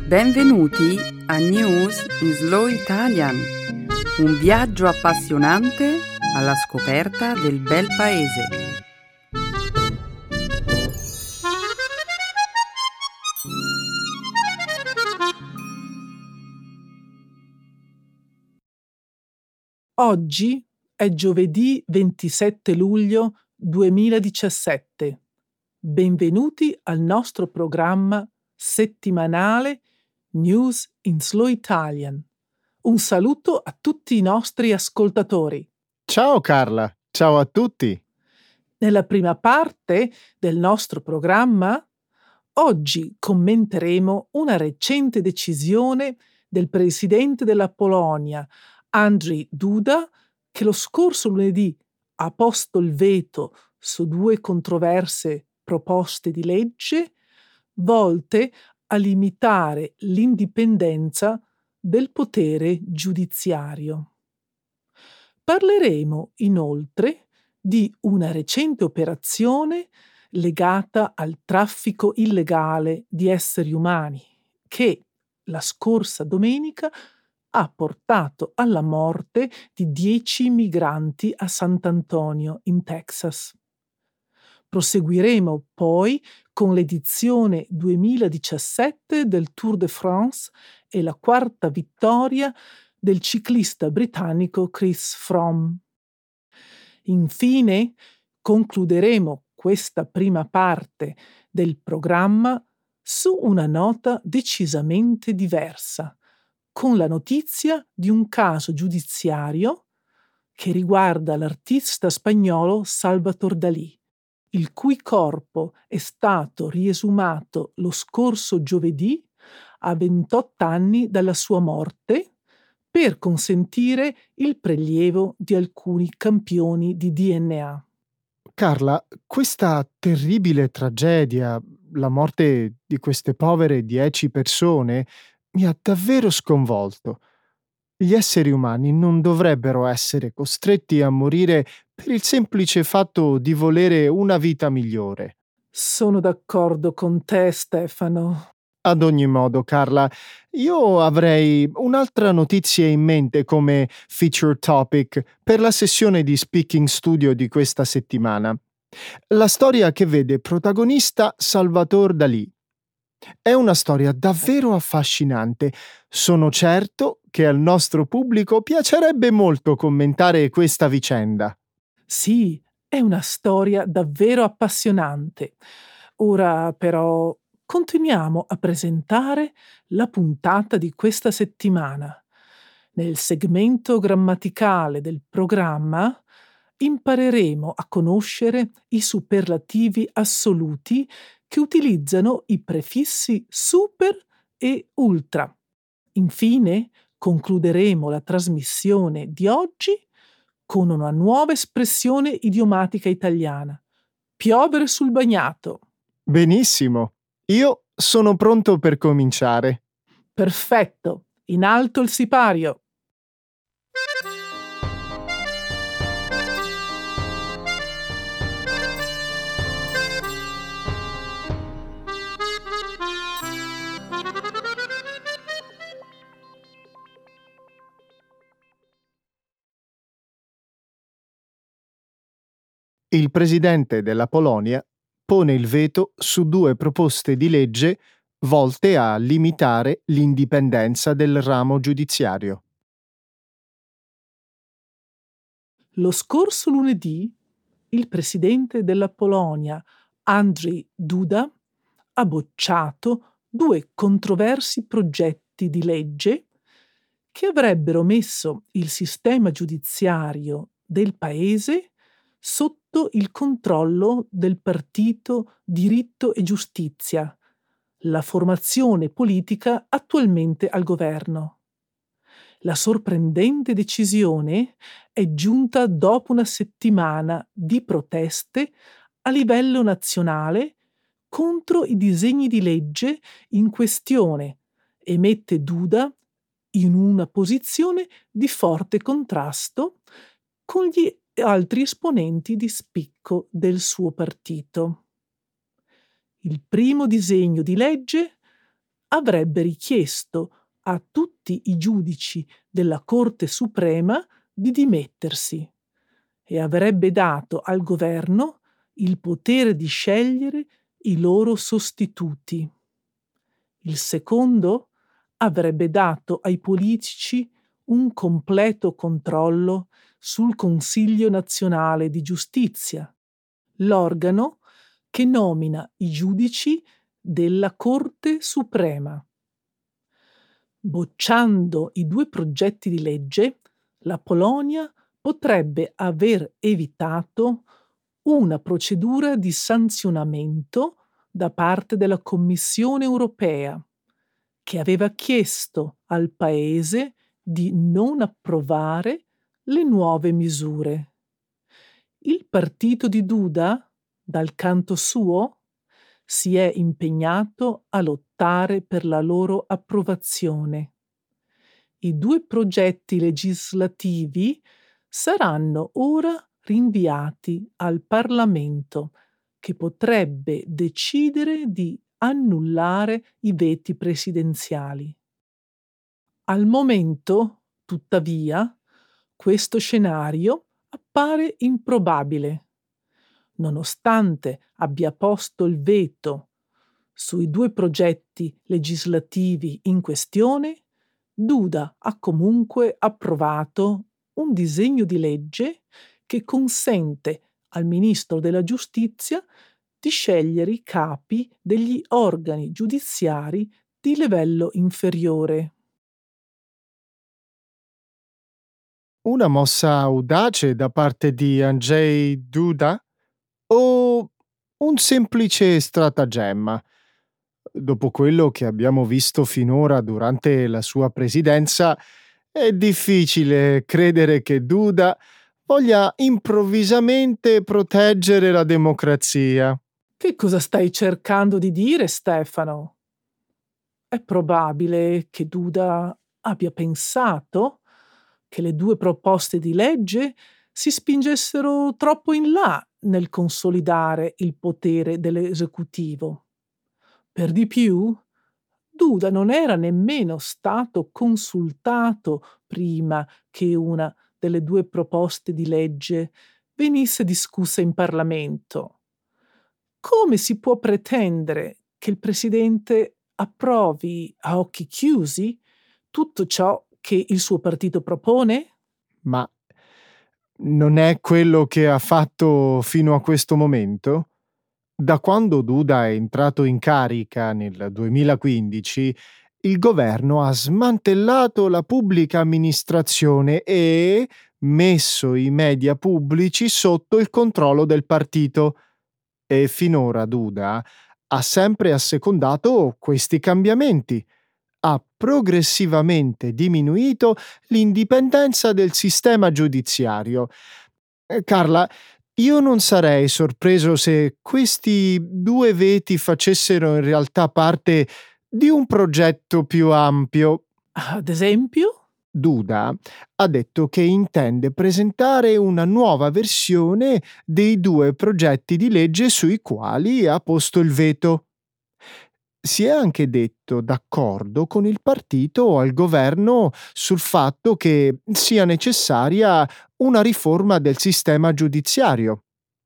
Benvenuti a News in Slow Italian, un viaggio appassionante alla scoperta del bel paese. Oggi è giovedì 27 luglio 2017. Benvenuti al nostro programma settimanale News in Slow Italian. Un saluto a tutti i nostri ascoltatori. Ciao Carla, ciao a tutti. Nella prima parte del nostro programma, oggi commenteremo una recente decisione del presidente della Polonia, Andrzej Duda, che lo scorso lunedì ha posto il veto su due controverse proposte di legge volte a limitare l'indipendenza del potere giudiziario. Parleremo inoltre di una recente operazione legata al traffico illegale di esseri umani che la scorsa domenica ha portato alla morte di 10 migranti a Sant'Antonio, in Texas. Proseguiremo poi con l'edizione 2017 del Tour de France e la quarta vittoria del ciclista britannico Chris Froome. Infine, concluderemo questa prima parte del programma su una nota decisamente diversa, con la notizia di un caso giudiziario che riguarda l'artista spagnolo Salvador Dalí, il cui corpo è stato riesumato lo scorso giovedì a 28 anni dalla sua morte per consentire il prelievo di alcuni campioni di DNA. Carla, questa terribile tragedia, la morte di queste povere 10 persone, mi ha davvero sconvolto. Gli esseri umani non dovrebbero essere costretti a morire per il semplice fatto di volere una vita migliore. Sono d'accordo con te, Stefano. Ad ogni modo, Carla, io avrei un'altra notizia in mente come feature topic per la sessione di Speaking Studio di questa settimana. La storia che vede protagonista Salvador Dalí. È una storia davvero affascinante. Sono certo che al nostro pubblico piacerebbe molto commentare questa vicenda. Sì, è una storia davvero appassionante. Ora però continuiamo a presentare la puntata di questa settimana. Nel segmento grammaticale del programma impareremo a conoscere i superlativi assoluti che utilizzano i prefissi super e ultra. Infine, concluderemo la trasmissione di oggi con una nuova espressione idiomatica italiana: piovere sul bagnato. Benissimo. Io sono pronto per cominciare. Perfetto, in alto il sipario. Il presidente della Polonia pone il veto su due proposte di legge volte a limitare l'indipendenza del ramo giudiziario. Lo scorso lunedì il presidente della Polonia, Andrzej Duda, ha bocciato due controversi progetti di legge che avrebbero messo il sistema giudiziario del paese sotto il controllo del partito Diritto e Giustizia, la formazione politica attualmente al governo. La sorprendente decisione è giunta dopo una settimana di proteste a livello nazionale contro i disegni di legge in questione e mette Duda in una posizione di forte contrasto con gli altri esponenti di spicco del suo partito. Il primo disegno di legge avrebbe richiesto a tutti i giudici della Corte Suprema di dimettersi e avrebbe dato al governo il potere di scegliere i loro sostituti. Il secondo avrebbe dato ai politici un completo controllo sul Consiglio nazionale di giustizia, l'organo che nomina i giudici della Corte Suprema. Bocciando i due progetti di legge, la Polonia potrebbe aver evitato una procedura di sanzionamento da parte della Commissione europea, che aveva chiesto al paese di non approvare le nuove misure. Il partito di Duda, dal canto suo, si è impegnato a lottare per la loro approvazione. I due progetti legislativi saranno ora rinviati al Parlamento, che potrebbe decidere di annullare i veti presidenziali. Al momento, tuttavia, questo scenario appare improbabile. Nonostante abbia posto il veto sui due progetti legislativi in questione, Duda ha comunque approvato un disegno di legge che consente al Ministro della Giustizia di scegliere i capi degli organi giudiziari di livello inferiore. Una mossa audace da parte di Andrzej Duda o un semplice stratagemma? Dopo quello che abbiamo visto finora durante la sua presidenza, è difficile credere che Duda voglia improvvisamente proteggere la democrazia. Che cosa stai cercando di dire, Stefano? È probabile che Duda abbia pensato che le due proposte di legge si spingessero troppo in là nel consolidare il potere dell'esecutivo. Per di più, Duda non era nemmeno stato consultato prima che una delle due proposte di legge venisse discussa in Parlamento. Come si può pretendere che il Presidente approvi a occhi chiusi tutto ciò che il suo partito propone? Ma non è quello che ha fatto fino a questo momento? Da quando Duda è entrato in carica nel 2015, il governo ha smantellato la pubblica amministrazione e messo i media pubblici sotto il controllo del partito. E finora Duda ha sempre assecondato questi cambiamenti. Ha progressivamente diminuito l'indipendenza del sistema giudiziario. Carla, io non sarei sorpreso se questi due veti facessero in realtà parte di un progetto più ampio. Ad esempio? Duda ha detto che intende presentare una nuova versione dei due progetti di legge sui quali ha posto il veto. Si è anche detto d'accordo con il partito al governo sul fatto che sia necessaria una riforma del sistema giudiziario.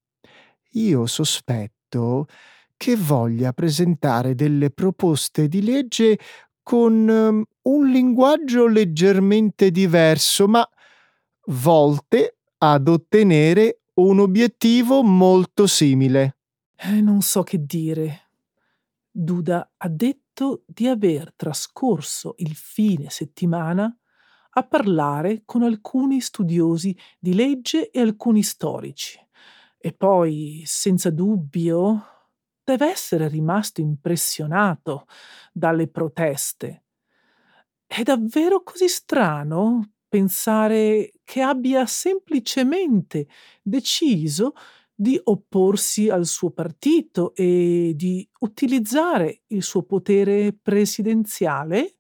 Io sospetto che voglia presentare delle proposte di legge con un linguaggio leggermente diverso, ma volte ad ottenere un obiettivo molto simile. Non so che dire. Duda ha detto di aver trascorso il fine settimana a parlare con alcuni studiosi di legge e alcuni storici. E poi, senza dubbio, deve essere rimasto impressionato dalle proteste. È davvero così strano pensare che abbia semplicemente deciso di opporsi al suo partito e di utilizzare il suo potere presidenziale?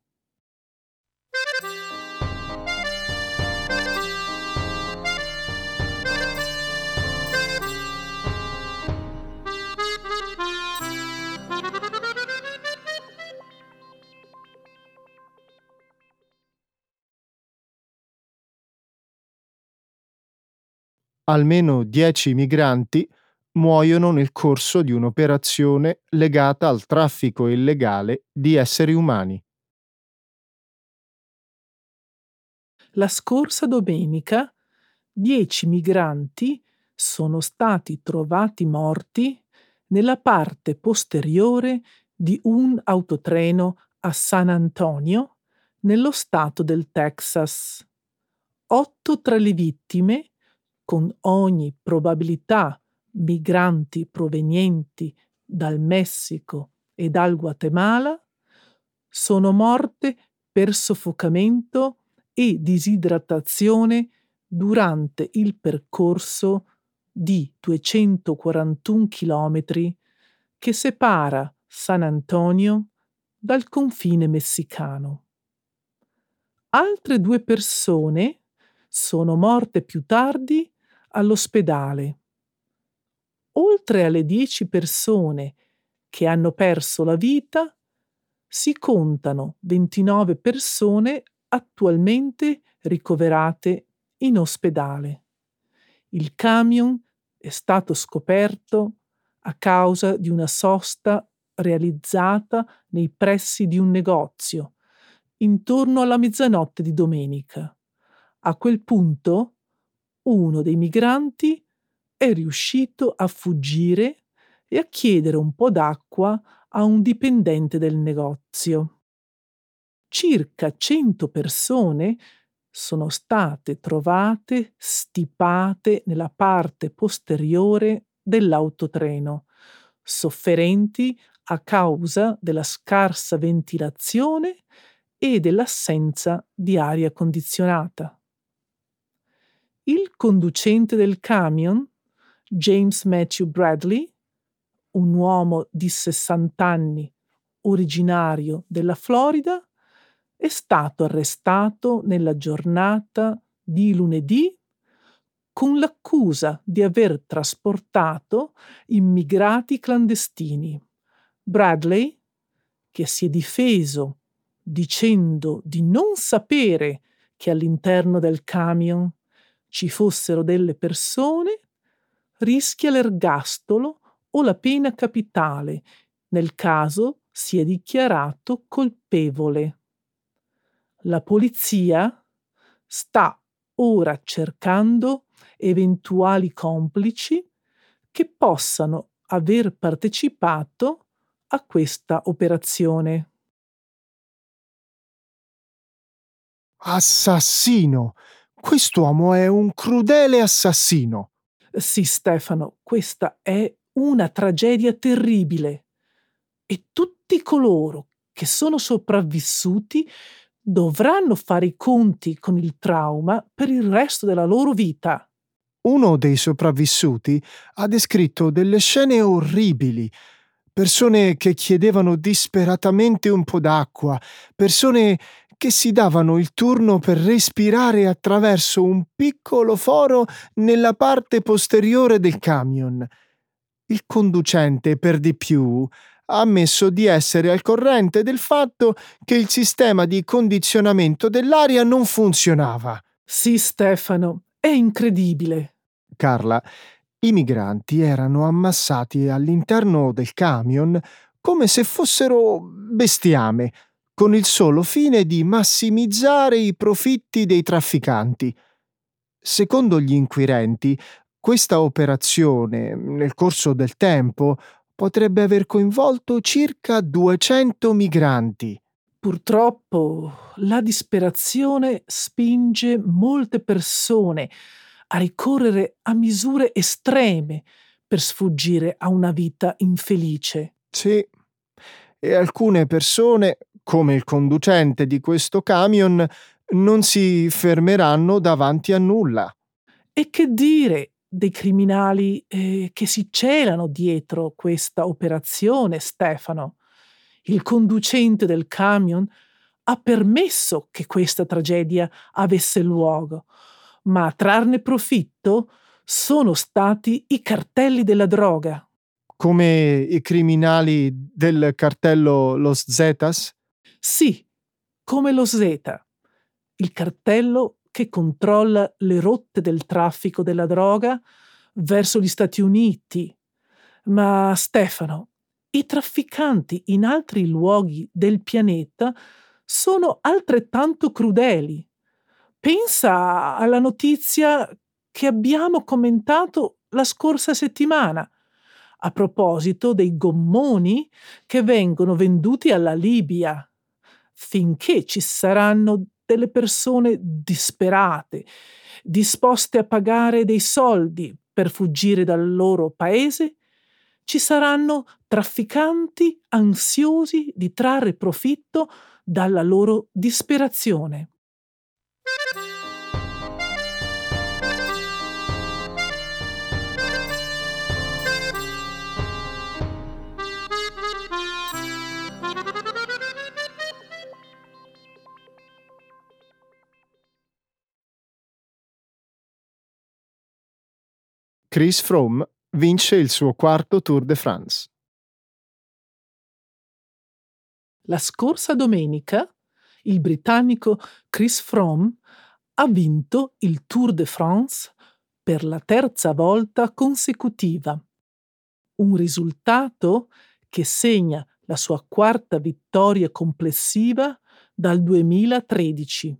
Almeno 10 migranti muoiono nel corso di un'operazione legata al traffico illegale di esseri umani. La scorsa domenica 10 migranti sono stati trovati morti nella parte posteriore di un autotreno a San Antonio, nello stato del Texas. 8 tra le vittime, con ogni probabilità migranti provenienti dal Messico e dal Guatemala, sono morte per soffocamento e disidratazione durante il percorso di 241 chilometri che separa San Antonio dal confine messicano. Altre 2 persone sono morte più tardi all'ospedale. Oltre alle 10 persone che hanno perso la vita, si contano 29 persone attualmente ricoverate in ospedale. Il camion è stato scoperto a causa di una sosta realizzata nei pressi di un negozio, intorno alla mezzanotte di domenica. A quel punto, uno dei migranti è riuscito a fuggire e a chiedere un po' d'acqua a un dipendente del negozio. Circa 100 persone sono state trovate stipate nella parte posteriore dell'autotreno, sofferenti a causa della scarsa ventilazione e dell'assenza di aria condizionata. Il conducente del camion, James Matthew Bradley, un uomo di 60 anni, originario della Florida, è stato arrestato nella giornata di lunedì con l'accusa di aver trasportato immigrati clandestini. Bradley, che si è difeso dicendo di non sapere che all'interno del camion ci fossero delle persone, rischia l'ergastolo o la pena capitale nel caso sia dichiarato colpevole. La polizia sta ora cercando eventuali complici che possano aver partecipato a questa operazione. Assassino! Quest'uomo è un crudele assassino. Sì, Stefano, questa è una tragedia terribile e tutti coloro che sono sopravvissuti dovranno fare i conti con il trauma per il resto della loro vita. Uno dei sopravvissuti ha descritto delle scene orribili. Persone che chiedevano disperatamente un po' d'acqua, persone che si davano il turno per respirare attraverso un piccolo foro nella parte posteriore del camion. Il conducente, per di più, ha ammesso di essere al corrente del fatto che il sistema di condizionamento dell'aria non funzionava. Sì, Stefano, è incredibile. Carla, i migranti erano ammassati all'interno del camion come se fossero bestiame, con il solo fine di massimizzare i profitti dei trafficanti. Secondo gli inquirenti, questa operazione, nel corso del tempo, potrebbe aver coinvolto circa 200 migranti. Purtroppo la disperazione spinge molte persone a ricorrere a misure estreme per sfuggire a una vita infelice. Sì, e alcune persone, come il conducente di questo camion, non si fermeranno davanti a nulla. E che dire dei criminali che si celano dietro questa operazione, Stefano? Il conducente del camion ha permesso che questa tragedia avesse luogo, ma a trarne profitto sono stati i cartelli della droga. Come i criminali del cartello Los Zetas? Sì, come lo Zeta, il cartello che controlla le rotte del traffico della droga verso gli Stati Uniti. Ma Stefano, i trafficanti in altri luoghi del pianeta sono altrettanto crudeli. Pensa alla notizia che abbiamo commentato la scorsa settimana, a proposito dei gommoni che vengono venduti alla Libia. Finché ci saranno delle persone disperate, disposte a pagare dei soldi per fuggire dal loro paese, ci saranno trafficanti ansiosi di trarre profitto dalla loro disperazione. Chris Froome vince il suo quarto Tour de France. La scorsa domenica il britannico Chris Froome ha vinto il Tour de France per la terza volta consecutiva. Un risultato che segna la sua quarta vittoria complessiva dal 2013.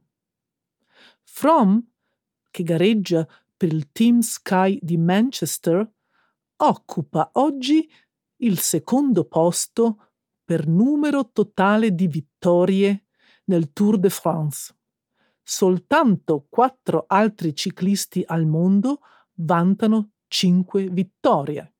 Froome, che gareggia per il Team Sky di Manchester, occupa oggi il secondo posto per numero totale di vittorie nel Tour de France. Soltanto 4 altri ciclisti al mondo vantano 5 vittorie.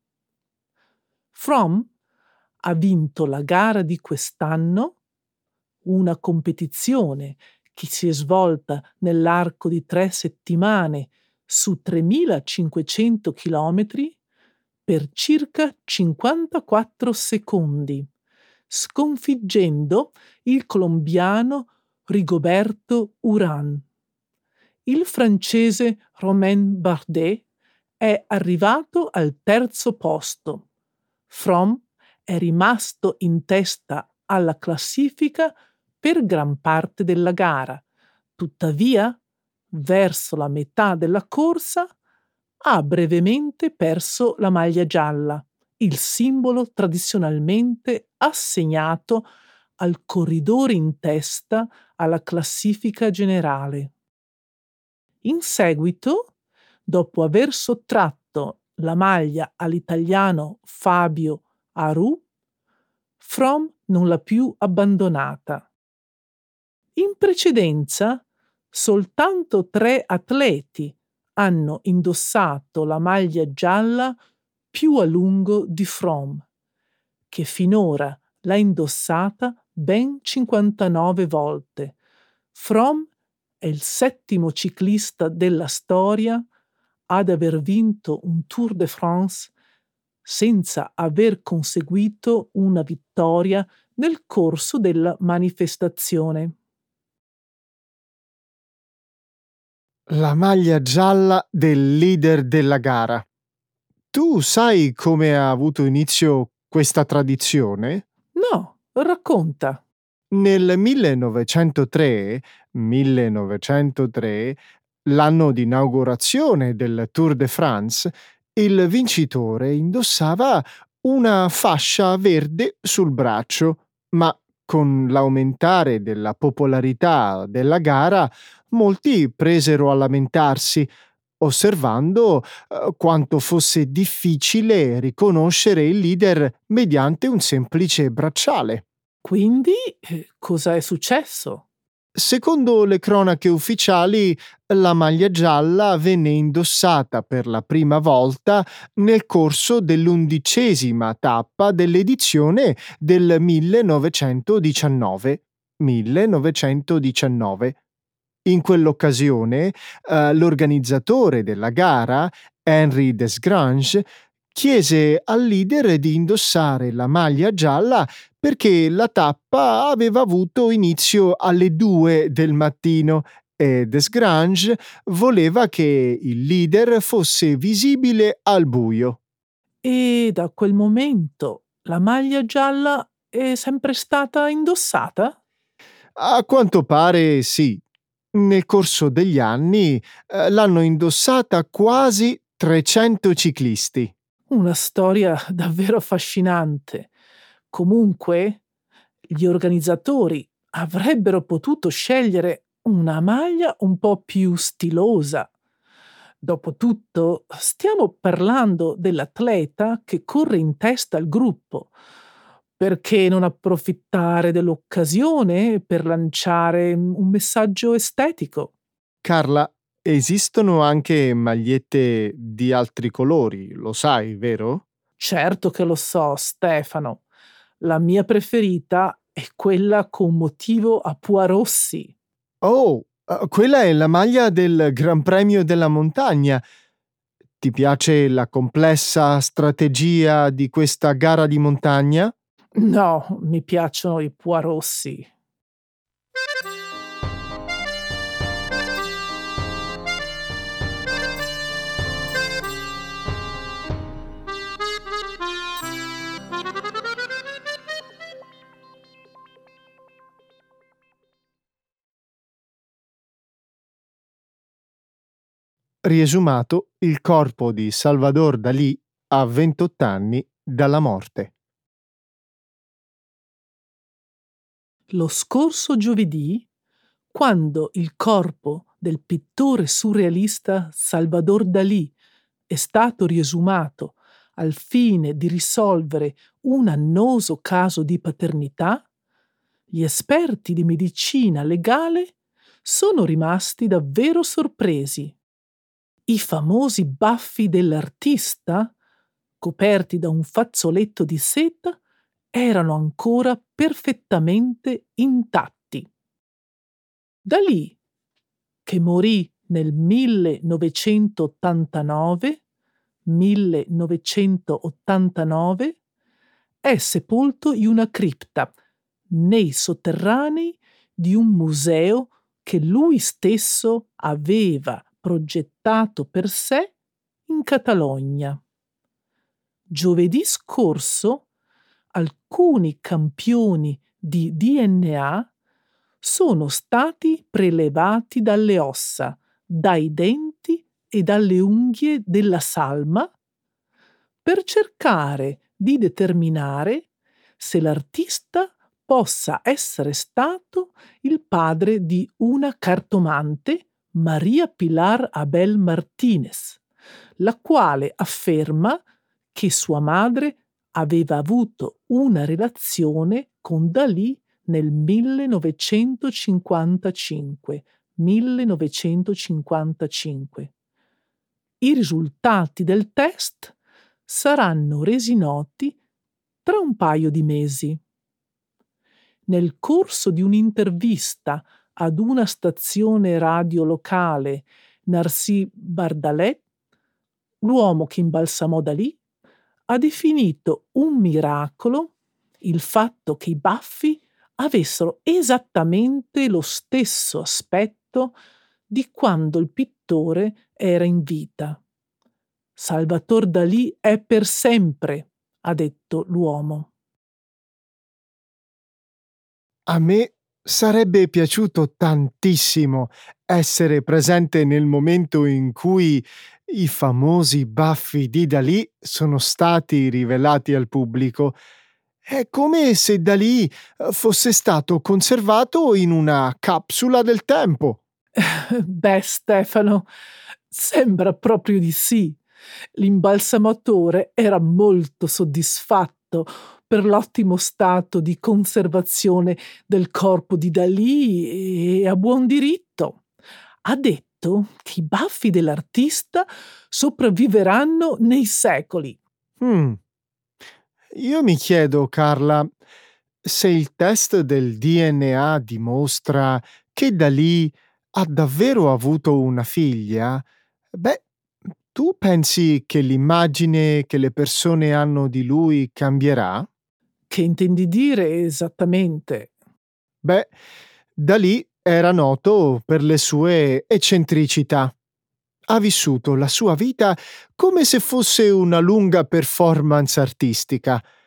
Froome ha vinto la gara di quest'anno, una competizione che si è svolta nell'arco di 3 settimane su 3.500 chilometri per circa 54 secondi, sconfiggendo il colombiano Rigoberto Urán. Il francese Romain Bardet è arrivato al terzo posto. Froome è rimasto in testa alla classifica per gran parte della gara. Tuttavia, verso la metà della corsa, ha brevemente perso la maglia gialla, il simbolo tradizionalmente assegnato al corridore in testa alla classifica generale. In seguito, dopo aver sottratto la maglia all'italiano Fabio Aru, Froome non l'ha più abbandonata. In precedenza, soltanto 3 atleti hanno indossato la maglia gialla più a lungo di Froome, che finora l'ha indossata ben 59 volte. Froome è il 7° ciclista della storia ad aver vinto un Tour de France senza aver conseguito una vittoria nel corso della manifestazione. La maglia gialla del leader della gara. Tu sai come ha avuto inizio questa tradizione? No, racconta. Nel 1903, l'anno di inaugurazione del Tour de France, il vincitore indossava una fascia verde sul braccio, ma con l'aumentare della popolarità della gara, molti presero a lamentarsi, osservando quanto fosse difficile riconoscere il leader mediante un semplice bracciale. Quindi, cosa è successo? Secondo le cronache ufficiali, la maglia gialla venne indossata per la prima volta nel corso dell'11ª tappa dell'edizione del 1919. In quell'occasione, l'organizzatore della gara, Henri Desgrange, chiese al leader di indossare la maglia gialla perché la tappa aveva avuto inizio alle 2 del mattino e Desgrange voleva che il leader fosse visibile al buio. E da quel momento la maglia gialla è sempre stata indossata? A quanto pare sì. Nel corso degli anni l'hanno indossata quasi 300 ciclisti. Una storia davvero affascinante. Comunque, gli organizzatori avrebbero potuto scegliere una maglia un po' più stilosa. Dopotutto, stiamo parlando dell'atleta che corre in testa al gruppo. Perché non approfittare dell'occasione per lanciare un messaggio estetico? Carla, esistono anche magliette di altri colori, lo sai, vero? Certo che lo so, Stefano. La mia preferita è quella con motivo a pua rossi. Oh, quella è la maglia del Gran Premio della Montagna. Ti piace la complessa strategia di questa gara di montagna? No, mi piacciono i pua rossi. Riesumato, il corpo di Salvador Dalì a 28 anni dalla morte. Lo scorso giovedì, quando il corpo del pittore surrealista Salvador Dalì è stato riesumato al fine di risolvere un annoso caso di paternità, gli esperti di medicina legale sono rimasti davvero sorpresi. I famosi baffi dell'artista, coperti da un fazzoletto di seta, erano ancora perfettamente intatti. Dalì, che morì nel 1989, è sepolto in una cripta nei sotterranei di un museo che lui stesso aveva progettato per sé in Catalogna. Giovedì scorso alcuni campioni di DNA sono stati prelevati dalle ossa, dai denti e dalle unghie della salma per cercare di determinare se l'artista possa essere stato il padre di una cartomante, Maria Pilar Abel Martínez, la quale afferma che sua madre aveva avuto una relazione con Dalì nel 1955. I risultati del test saranno resi noti tra un paio di mesi. Nel corso di un'intervista ad una stazione radio locale, Narcís Bardalet, l'uomo che imbalsamò Dalì, ha definito un miracolo il fatto che i baffi avessero esattamente lo stesso aspetto di quando il pittore era in vita. Salvador Dalì è per sempre, ha detto l'uomo. A me sarebbe piaciuto tantissimo essere presente nel momento in cui i famosi baffi di Dalì sono stati rivelati al pubblico. È come se Dalì fosse stato conservato in una capsula del tempo. Beh, Stefano, sembra proprio di sì. L'imbalsamatore era molto soddisfatto per l'ottimo stato di conservazione del corpo di Dalì e a buon diritto. Ha detto che i baffi dell'artista sopravviveranno nei secoli. Io mi chiedo, Carla, se il test del DNA dimostra che Dalì ha davvero avuto una figlia, beh, tu pensi che l'immagine che le persone hanno di lui cambierà? Che intendi dire esattamente? Beh, Dalì era noto per le sue eccentricità. Ha vissuto la sua vita come se fosse una lunga performance artistica.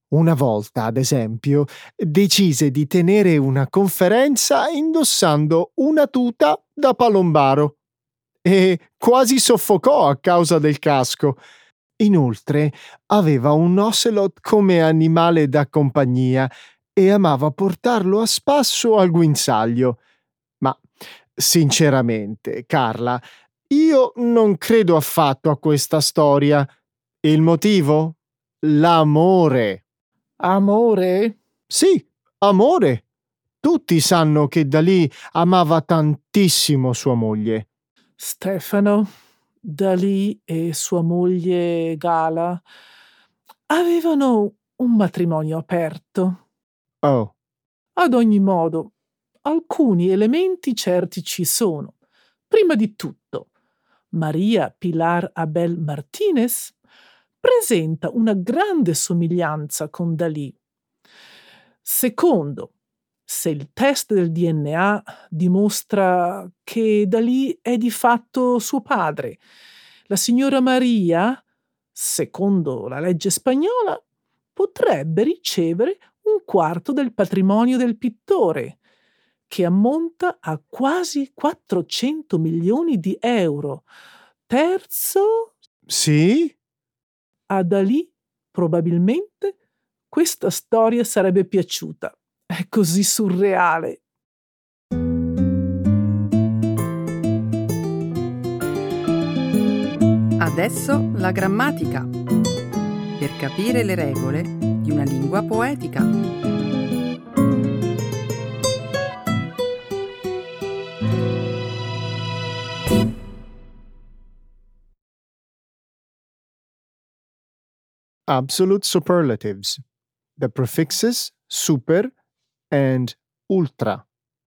Una volta, ad esempio, decise di tenere una conferenza indossando una tuta da palombaro e quasi soffocò a causa del casco. Inoltre, aveva un ocelot come animale da compagnia e amava portarlo a spasso al guinzaglio. Ma, sinceramente, Carla, io non credo affatto a questa storia. Il motivo? L'amore. Amore? Sì, amore. Tutti sanno che Dalì amava tantissimo sua moglie. Stefano, Dalì e sua moglie Gala avevano un matrimonio aperto. Oh, Ad ogni modo, alcuni elementi certi ci sono. Prima di tutto, Maria Pilar Abel Martinez presenta una grande somiglianza con Dalì. Secondo, se il test del DNA dimostra che Dalì è di fatto suo padre, la signora Maria, secondo la legge spagnola, potrebbe ricevere un quarto del patrimonio del pittore, che ammonta a quasi 400 milioni di euro. Terzo, sì? a Dalì probabilmente questa storia sarebbe piaciuta. È così surreale. Adesso la grammatica, per capire le regole di una lingua poetica. Absolute superlatives. The prefixes super and ultra.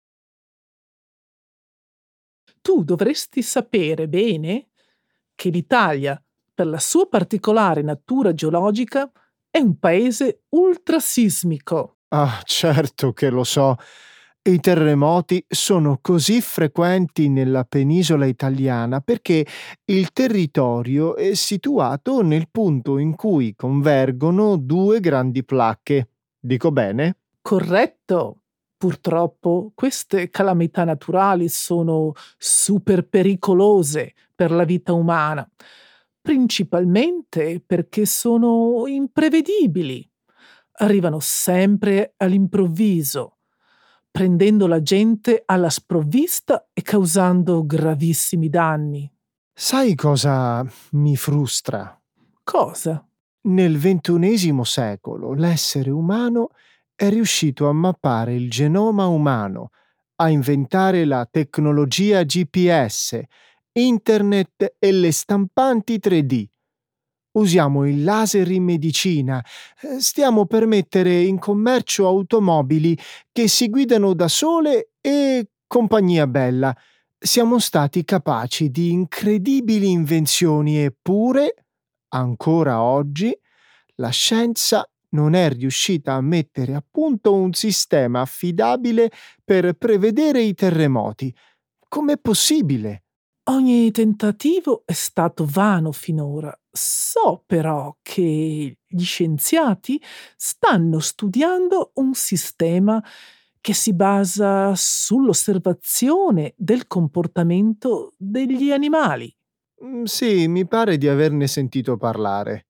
Tu dovresti sapere bene che l'Italia, per la sua particolare natura geologica, è un paese ultrasismico. Ah, certo che lo so. I terremoti sono così frequenti nella penisola italiana perché il territorio è situato nel punto in cui convergono due grandi placche. Dico bene? Corretto. Purtroppo queste calamità naturali sono super pericolose per la vita umana, principalmente perché sono imprevedibili. Arrivano sempre all'improvviso, prendendo la gente alla sprovvista e causando gravissimi danni. Sai cosa mi frustra? Cosa? Nel XXI secolo l'essere umano è riuscito a mappare il genoma umano, a inventare la tecnologia GPS, internet e le stampanti 3D. Usiamo il laser in medicina, stiamo per mettere in commercio automobili che si guidano da sole e compagnia bella. Siamo stati capaci di incredibili invenzioni eppure, ancora oggi, la scienza non è riuscita a mettere a punto un sistema affidabile per prevedere i terremoti. Com'è possibile? Ogni tentativo è stato vano finora. So però che gli scienziati stanno studiando un sistema che si basa sull'osservazione del comportamento degli animali. Sì, mi pare di averne sentito parlare.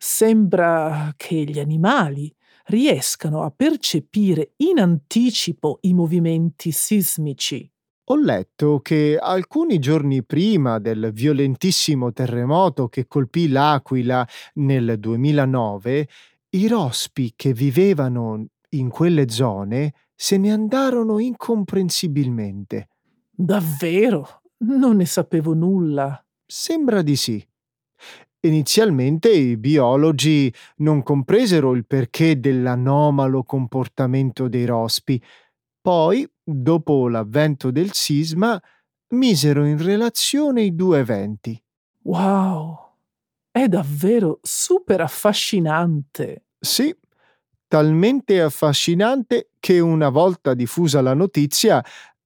Sembra che gli animali riescano a percepire in anticipo i movimenti sismici. Ho letto che alcuni giorni prima del violentissimo terremoto che colpì l'Aquila nel 2009, i rospi che vivevano in quelle zone se ne andarono incomprensibilmente. Davvero? Non ne sapevo nulla. Sembra di sì. Inizialmente i biologi non compresero il perché dell'anomalo comportamento dei rospi. Poi, dopo l'avvento del sisma, misero in relazione i due eventi. Wow! È davvero super affascinante. Sì, talmente affascinante che una volta diffusa la notizia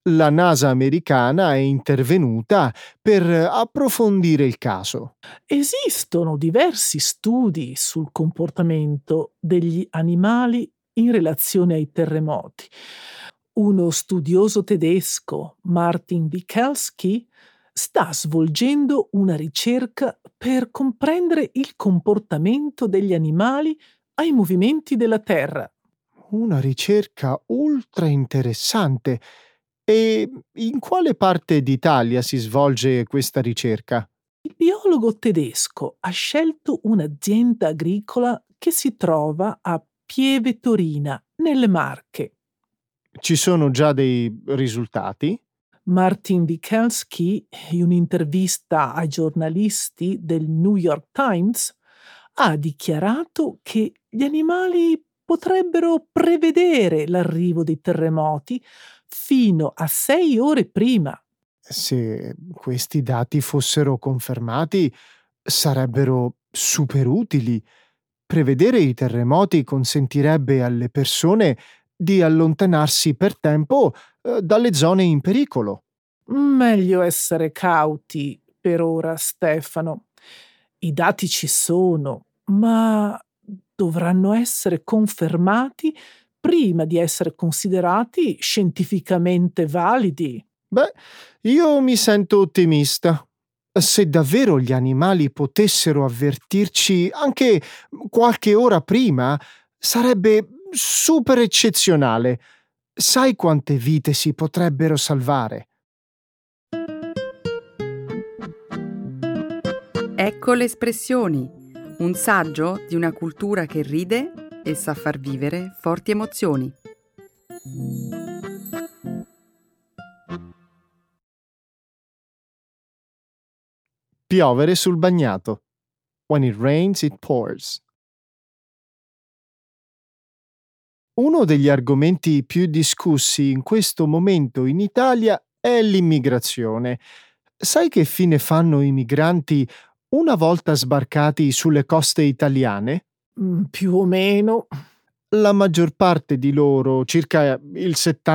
La NASA americana è intervenuta per approfondire il caso. Esistono diversi studi sul comportamento degli animali in relazione ai terremoti. Uno studioso tedesco, Martin Wikelski, sta svolgendo una ricerca per comprendere il comportamento degli animali ai movimenti della Terra. Una ricerca ultra interessante. E in quale parte d'Italia si svolge questa ricerca? Il biologo tedesco ha scelto un'azienda agricola che si trova a Pieve Torina, nelle Marche. Ci sono già dei risultati? Martin Wikelski, in un'intervista ai giornalisti del New York Times, ha dichiarato che gli animali potrebbero prevedere l'arrivo dei terremoti fino a 6 ore prima. Se questi dati fossero confermati, sarebbero super utili. Prevedere i terremoti consentirebbe alle persone di allontanarsi per tempo dalle zone in pericolo. Meglio essere cauti per ora, Stefano. I dati ci sono, ma dovranno essere confermati prima di essere considerati scientificamente validi. Beh, io mi sento ottimista. Se davvero gli animali potessero avvertirci anche qualche ora prima, sarebbe super eccezionale. Sai quante vite si potrebbero salvare? Ecco le espressioni, un saggio di una cultura che ride e sa far vivere forti emozioni. Piovere sul bagnato. When it rains, it pours. Uno degli argomenti più discussi in questo momento in Italia è l'immigrazione. Sai che fine fanno i migranti una volta sbarcati sulle coste italiane? Più o meno. La maggior parte di loro, circa il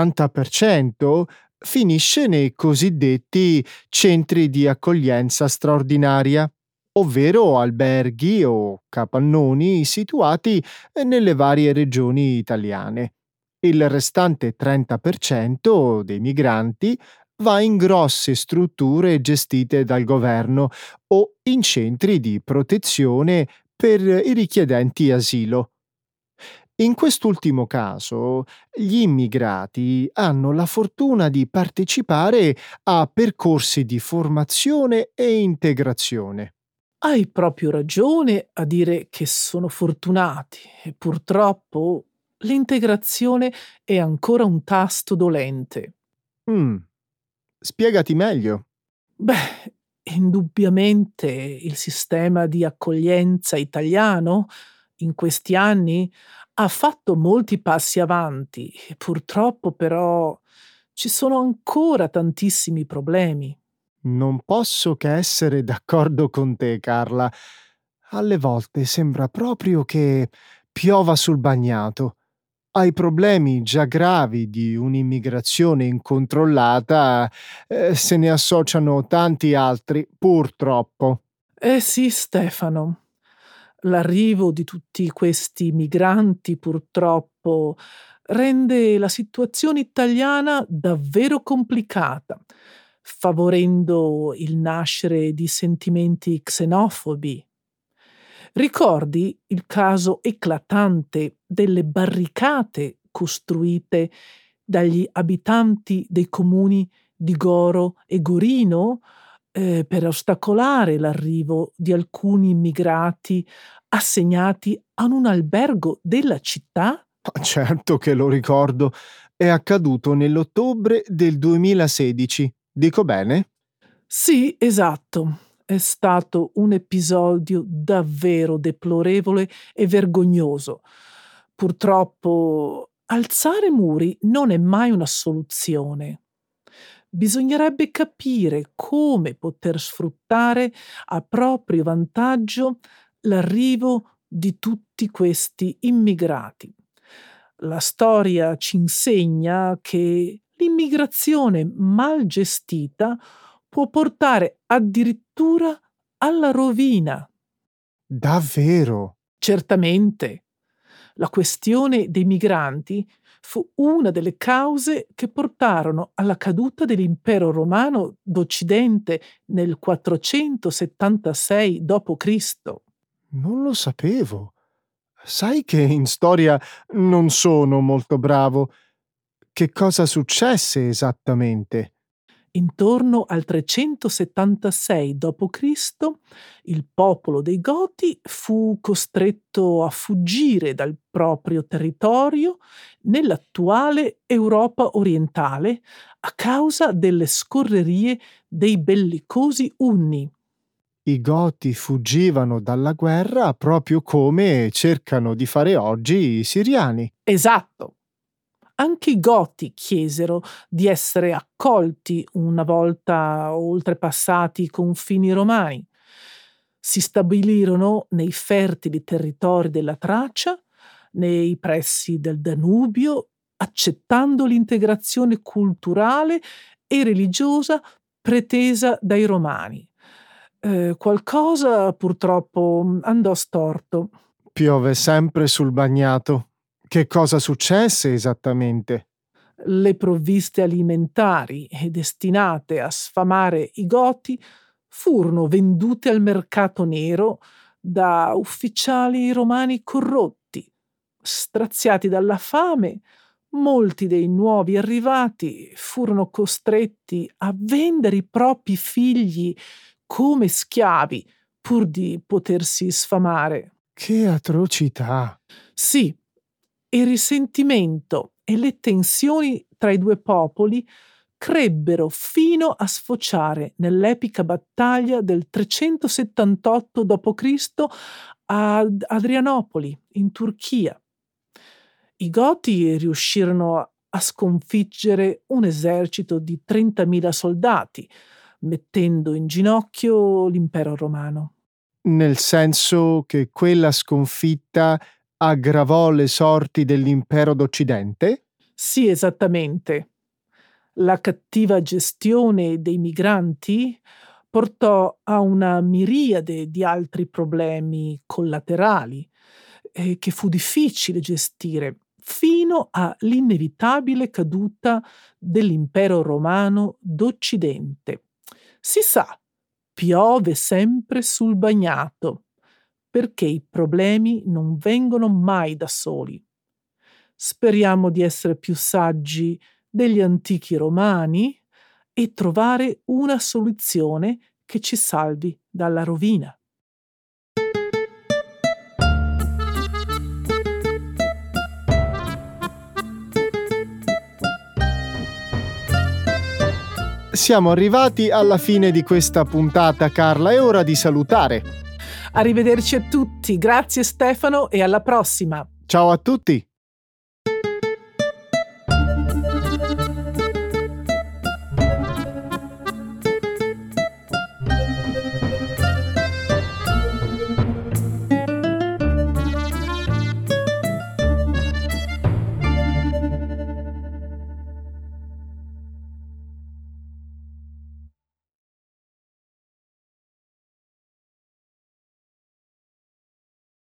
70%, finisce nei cosiddetti centri di accoglienza straordinaria, ovvero alberghi o capannoni situati nelle varie regioni italiane. Il restante 30% dei migranti va in grosse strutture gestite dal governo o in centri di protezione per i richiedenti asilo. In quest'ultimo caso, gli immigrati hanno la fortuna di partecipare a percorsi di formazione e integrazione. Hai proprio ragione a dire che sono fortunati e purtroppo l'integrazione è ancora un tasto dolente. Mm, spiegati meglio. Beh, indubbiamente il sistema di accoglienza italiano in questi anni ha fatto molti passi avanti, purtroppo però ci sono ancora tantissimi problemi. Non posso che essere d'accordo con te, Carla. Alle volte sembra proprio che piova sul bagnato. Ai problemi già gravi di un'immigrazione incontrollata, se ne associano tanti altri, purtroppo. Eh sì, Stefano, l'arrivo di tutti questi migranti purtroppo rende la situazione italiana davvero complicata, favorendo il nascere di sentimenti xenofobi. Ricordi il caso eclatante delle barricate costruite dagli abitanti dei comuni di Goro e Gorino, per ostacolare l'arrivo di alcuni immigrati assegnati a un albergo della città? Ma certo che lo ricordo. È accaduto nell'ottobre del 2016. Dico bene? Sì, esatto. È stato un episodio davvero deplorevole e vergognoso. Purtroppo, alzare muri non è mai una soluzione. Bisognerebbe capire come poter sfruttare a proprio vantaggio l'arrivo di tutti questi immigrati. La storia ci insegna che l'immigrazione mal gestita può portare addirittura alla rovina. Davvero? Certamente, la questione dei migranti fu una delle cause che portarono alla caduta dell'impero romano d'Occidente nel 476 d.C. Non lo sapevo. Sai che in storia non sono molto bravo. Che cosa successe esattamente? Intorno al 376 d.C. il popolo dei Goti fu costretto a fuggire dal proprio territorio nell'attuale Europa orientale a causa delle scorrerie dei bellicosi Unni. I Goti fuggivano dalla guerra proprio come cercano di fare oggi i siriani. Esatto. Anche i Goti chiesero di essere accolti una volta oltrepassati i confini romani. Si stabilirono nei fertili territori della Tracia, nei pressi del Danubio, accettando l'integrazione culturale e religiosa pretesa dai romani. Qualcosa purtroppo andò storto. Piove sempre sul bagnato. Che cosa successe esattamente? Le provviste alimentari destinate a sfamare i Goti furono vendute al mercato nero da ufficiali romani corrotti. Straziati dalla fame, molti dei nuovi arrivati furono costretti a vendere i propri figli come schiavi pur di potersi sfamare. Che atrocità! Sì, il risentimento e le tensioni tra i due popoli crebbero fino a sfociare nell'epica battaglia del 378 d.C. ad Adrianopoli, in Turchia. I Goti riuscirono a sconfiggere un esercito di 30.000 soldati, mettendo in ginocchio l'impero romano. Nel senso che quella sconfitta aggravò le sorti dell'impero d'Occidente? Sì, esattamente. La cattiva gestione dei migranti portò a una miriade di altri problemi collaterali che fu difficile gestire, fino all'inevitabile caduta dell'impero romano d'Occidente. Si sa, piove sempre sul bagnato, perché i problemi non vengono mai da soli. Speriamo di essere più saggi degli antichi romani e trovare una soluzione che ci salvi dalla rovina. Siamo arrivati alla fine di questa puntata, Carla, è ora di salutare. Arrivederci a tutti, grazie Stefano e alla prossima. Ciao a tutti!